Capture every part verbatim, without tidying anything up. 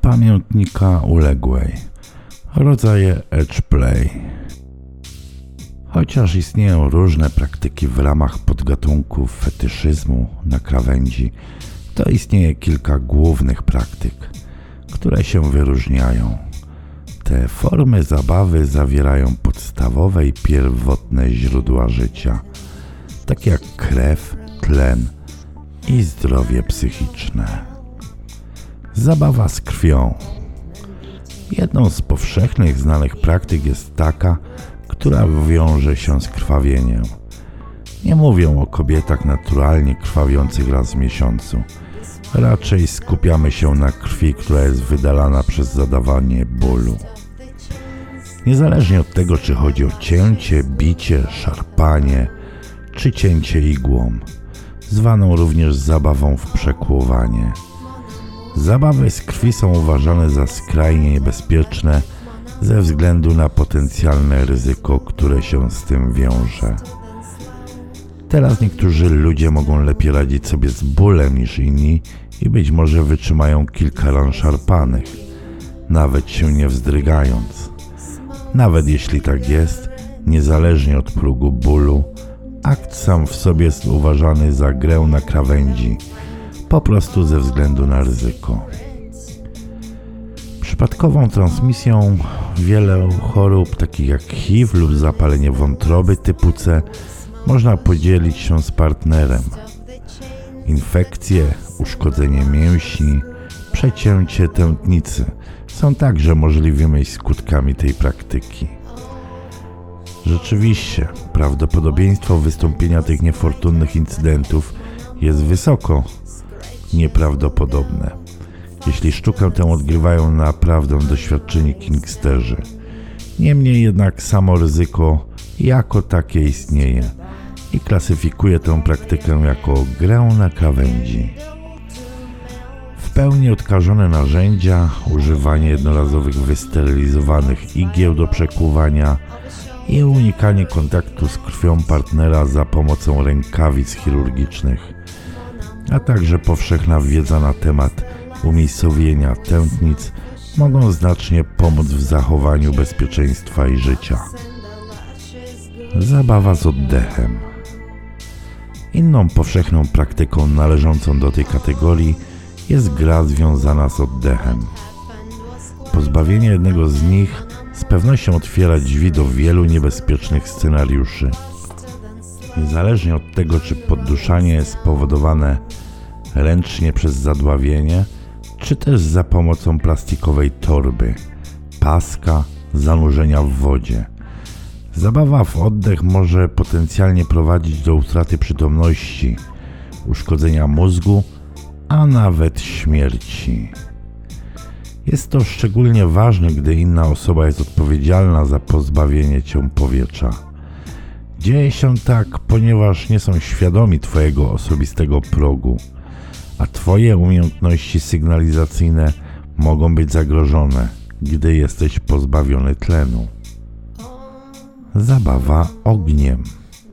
Pamiętnika uległej. Rodzaje edge play. Chociaż istnieją różne praktyki w ramach podgatunków fetyszyzmu na krawędzi, to istnieje kilka głównych praktyk, które się wyróżniają. Te formy zabawy zawierają podstawowe i pierwotne źródła życia, takie jak krew, tlen i zdrowie psychiczne. Zabawa z krwią. Jedną z powszechnych znanych praktyk jest taka, która wiąże się z krwawieniem. Nie mówię o kobietach naturalnie krwawiących raz w miesiącu. Raczej skupiamy się na krwi, która jest wydalana przez zadawanie bólu. Niezależnie od tego, czy chodzi o cięcie, bicie, szarpanie, czy cięcie igłą, zwaną również zabawą w przekłuwanie. Zabawy z krwi są uważane za skrajnie niebezpieczne ze względu na potencjalne ryzyko, które się z tym wiąże. Teraz niektórzy ludzie mogą lepiej radzić sobie z bólem niż inni i być może wytrzymają kilka ran szarpanych, nawet się nie wzdrygając. Nawet jeśli tak jest, niezależnie od progu bólu, akt sam w sobie jest uważany za grę na krawędzi, po prostu ze względu na ryzyko. Przypadkową transmisją wiele chorób, takich jak H I V lub zapalenie wątroby typu C, można podzielić się z partnerem. Infekcje, uszkodzenie mięśni, przecięcie tętnicy są także możliwymi skutkami tej praktyki. Rzeczywiście, prawdopodobieństwo wystąpienia tych niefortunnych incydentów jest wysoko nieprawdopodobne, jeśli sztukę tę odgrywają naprawdę doświadczeni kingsterzy. Niemniej jednak samo ryzyko jako takie istnieje i klasyfikuje tę praktykę jako grę na krawędzi. W pełni odkażone narzędzia, używanie jednorazowych wysterylizowanych igieł do przekłuwania i unikanie kontaktu z krwią partnera za pomocą rękawic chirurgicznych, a także powszechna wiedza na temat umiejscowienia tętnic mogą znacznie pomóc w zachowaniu bezpieczeństwa i życia. Zabawa z oddechem. Inną powszechną praktyką należącą do tej kategorii jest gra związana z oddechem. Pozbawienie jednego z nich z pewnością otwiera drzwi do wielu niebezpiecznych scenariuszy. Niezależnie od tego, czy podduszanie jest spowodowane ręcznie przez zadławienie, czy też za pomocą plastikowej torby, paska, zanurzenia w wodzie. Zabawa w oddech może potencjalnie prowadzić do utraty przytomności, uszkodzenia mózgu, a nawet śmierci. Jest to szczególnie ważne, gdy inna osoba jest odpowiedzialna za pozbawienie cię powietrza. Dzieje się tak, ponieważ nie są świadomi twojego osobistego progu, a twoje umiejętności sygnalizacyjne mogą być zagrożone, gdy jesteś pozbawiony tlenu. Zabawa ogniem.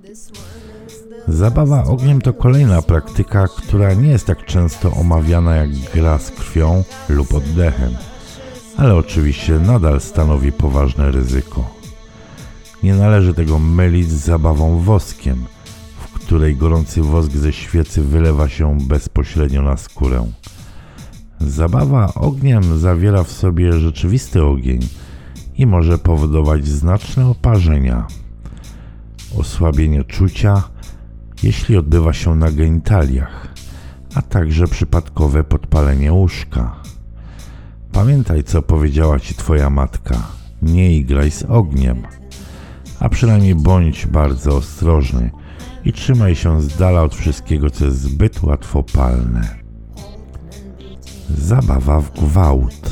Zabawa ogniem to kolejna praktyka, która nie jest tak często omawiana jak gra z krwią lub oddechem, ale oczywiście nadal stanowi poważne ryzyko. Nie należy tego mylić z zabawą woskiem, w której gorący wosk ze świecy wylewa się bezpośrednio na skórę. Zabawa ogniem zawiera w sobie rzeczywisty ogień i może powodować znaczne oparzenia, osłabienie czucia, jeśli odbywa się na genitaliach, a także przypadkowe podpalenie łóżka. Pamiętaj, co powiedziała ci twoja matka. Nie igraj z ogniem, a przynajmniej bądź bardzo ostrożny i trzymaj się z dala od wszystkiego, co jest zbyt łatwopalne. Zabawa w gwałt.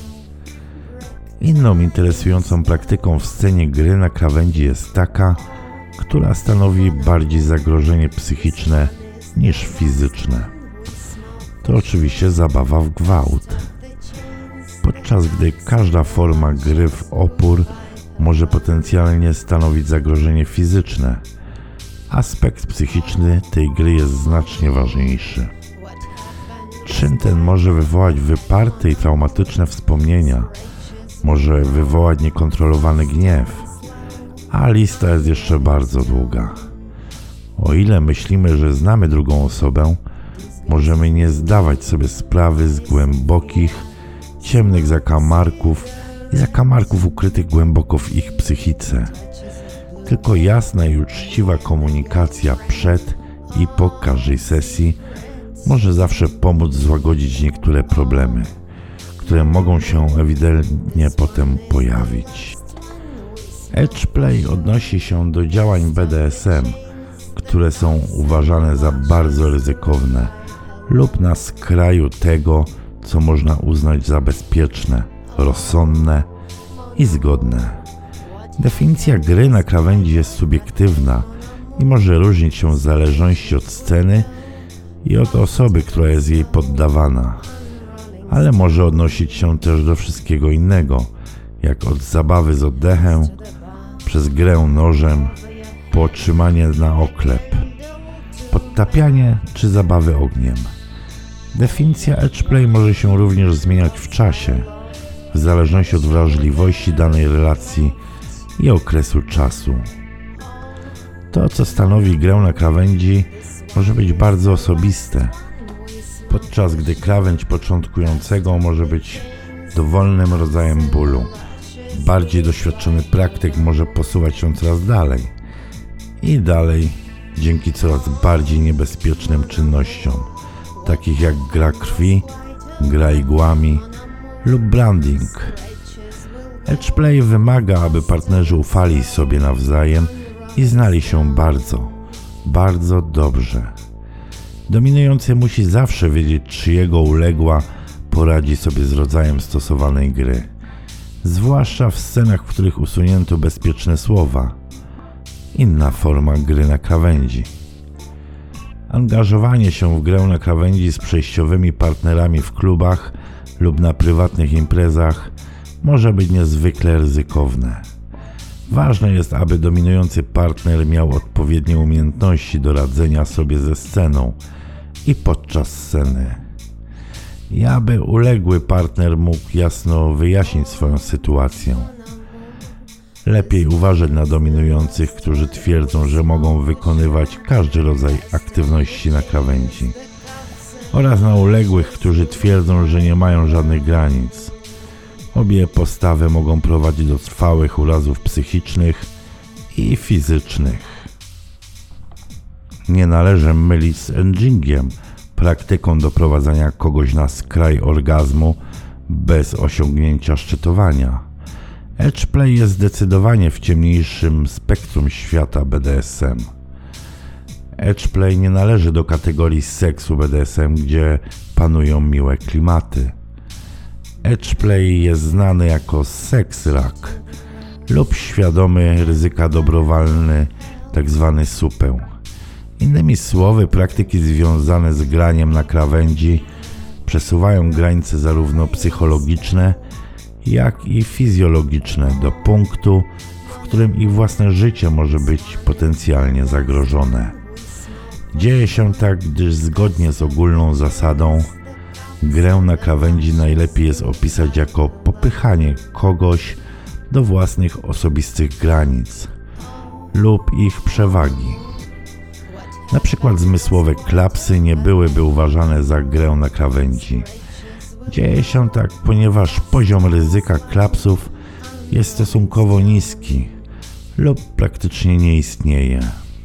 Inną interesującą praktyką w scenie gry na krawędzi jest taka, która stanowi bardziej zagrożenie psychiczne niż fizyczne. To oczywiście zabawa w gwałt. Podczas gdy każda forma gry w opór może potencjalnie stanowić zagrożenie fizyczne, aspekt psychiczny tej gry jest znacznie ważniejszy. Czyn ten może wywołać wyparte i traumatyczne wspomnienia, może wywołać niekontrolowany gniew, a lista jest jeszcze bardzo długa. O ile myślimy, że znamy drugą osobę, możemy nie zdawać sobie sprawy z głębokich, ciemnych zakamarków i zakamarków ukrytych głęboko w ich psychice. Tylko jasna i uczciwa komunikacja przed i po każdej sesji może zawsze pomóc złagodzić niektóre problemy, które mogą się ewidentnie potem pojawić. Edgeplay odnosi się do działań B D S M, które są uważane za bardzo ryzykowne lub na skraju tego, co można uznać za bezpieczne, rozsądne i zgodne. Definicja gry na krawędzi jest subiektywna i może różnić się w zależności od sceny i od osoby, która jest jej poddawana, ale może odnosić się też do wszystkiego innego, jak od zabawy z oddechem, przez grę nożem, po otrzymanie na oklep, podtapianie czy zabawy ogniem. Definicja edgeplay może się również zmieniać w czasie, w zależności od wrażliwości danej relacji i okresu czasu. To, co stanowi grę na krawędzi, może być bardzo osobiste, podczas gdy krawędź początkującego może być dowolnym rodzajem bólu. Bardziej doświadczony praktyk może posuwać się coraz dalej i dalej dzięki coraz bardziej niebezpiecznym czynnościom, takich jak gra krwi, gra igłami lub branding. Edgeplay wymaga, aby partnerzy ufali sobie nawzajem i znali się bardzo, bardzo dobrze. Dominujący musi zawsze wiedzieć, czy jego uległa poradzi sobie z rodzajem stosowanej gry, zwłaszcza w scenach, w których usunięto bezpieczne słowa. Inna forma gry na krawędzi. Angażowanie się w grę na krawędzi z przejściowymi partnerami w klubach lub na prywatnych imprezach może być niezwykle ryzykowne. Ważne jest, aby dominujący partner miał odpowiednie umiejętności do radzenia sobie ze sceną i podczas sceny, i aby uległy partner mógł jasno wyjaśnić swoją sytuację. Lepiej uważać na dominujących, którzy twierdzą, że mogą wykonywać każdy rodzaj aktywności na krawędzi, oraz na uległych, którzy twierdzą, że nie mają żadnych granic. Obie postawy mogą prowadzić do trwałych urazów psychicznych i fizycznych. Nie należy mylić z edgingiem, praktyką doprowadzania kogoś na skraj orgazmu bez osiągnięcia szczytowania. Edgeplay jest zdecydowanie w ciemniejszym spektrum świata B D S M. Edgeplay nie należy do kategorii seksu B D S M, gdzie panują miłe klimaty. Edgeplay jest znany jako sex rak lub świadomy ryzyka dobrowolny, tzw. supę. Innymi słowy, praktyki związane z graniem na krawędzi przesuwają granice zarówno psychologiczne, jak i fizjologiczne do punktu, w którym ich własne życie może być potencjalnie zagrożone. Dzieje się tak, gdyż zgodnie z ogólną zasadą grę na krawędzi najlepiej jest opisać jako popychanie kogoś do własnych osobistych granic lub ich przewagi. Na przykład zmysłowe klapsy nie byłyby uważane za grę na krawędzi. Dzieje się tak, ponieważ poziom ryzyka klapsów jest stosunkowo niski lub praktycznie nie istnieje.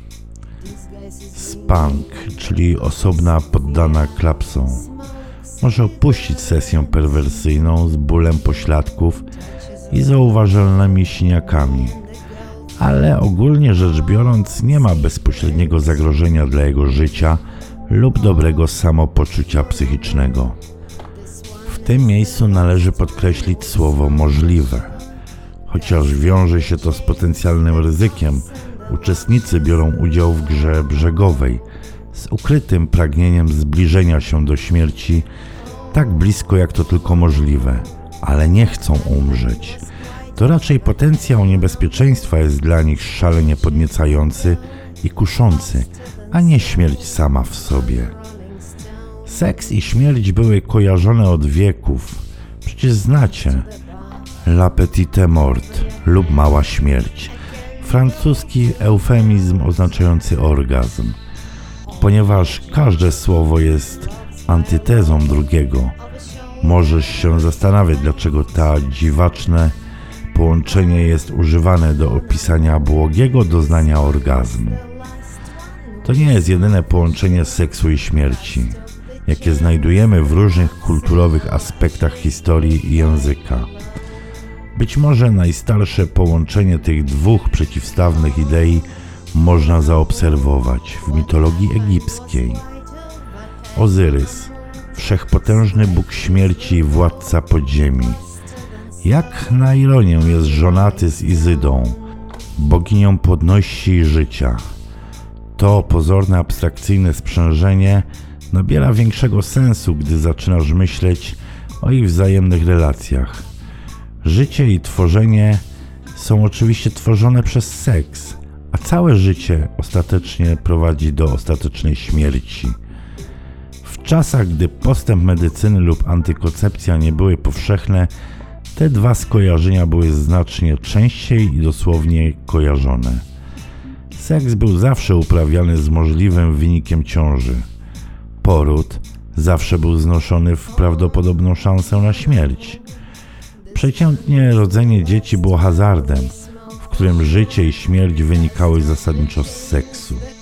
Spank, czyli osobna poddana klapsom, może opuścić sesję perwersyjną z bólem pośladków i zauważalnymi siniakami, ale ogólnie rzecz biorąc nie ma bezpośredniego zagrożenia dla jego życia lub dobrego samopoczucia psychicznego. W tym miejscu należy podkreślić słowo możliwe. Chociaż wiąże się to z potencjalnym ryzykiem, uczestnicy biorą udział w grze brzegowej z ukrytym pragnieniem zbliżenia się do śmierci tak blisko jak to tylko możliwe, ale nie chcą umrzeć. To raczej potencjał niebezpieczeństwa jest dla nich szalenie podniecający i kuszący, a nie śmierć sama w sobie. Seks i śmierć były kojarzone od wieków. Przecież znacie La petite mort lub mała śmierć. Francuski eufemizm oznaczający orgazm. Ponieważ każde słowo jest antytezą drugiego, możesz się zastanawiać, dlaczego tak dziwaczne połączenie jest używane do opisania błogiego doznania orgazmu. To nie jest jedyne połączenie seksu i śmierci, jakie znajdujemy w różnych kulturowych aspektach historii i języka. Być może najstarsze połączenie tych dwóch przeciwstawnych idei można zaobserwować w mitologii egipskiej. Ozyrys, wszechpotężny bóg śmierci i władca podziemi. Jak na ironię jest żonaty z Izydą, boginią płodności i życia. To pozorne abstrakcyjne sprzężenie nabiera większego sensu, gdy zaczynasz myśleć o ich wzajemnych relacjach. Życie i tworzenie są oczywiście tworzone przez seks, a całe życie ostatecznie prowadzi do ostatecznej śmierci. W czasach, gdy postęp medycyny lub antykoncepcja nie były powszechne, te dwa skojarzenia były znacznie częściej i dosłownie kojarzone. Seks był zawsze uprawiany z możliwym wynikiem ciąży. Poród zawsze był znoszony w prawdopodobną szansę na śmierć. Przeciętnie rodzenie dzieci było hazardem, w którym życie i śmierć wynikały zasadniczo z seksu.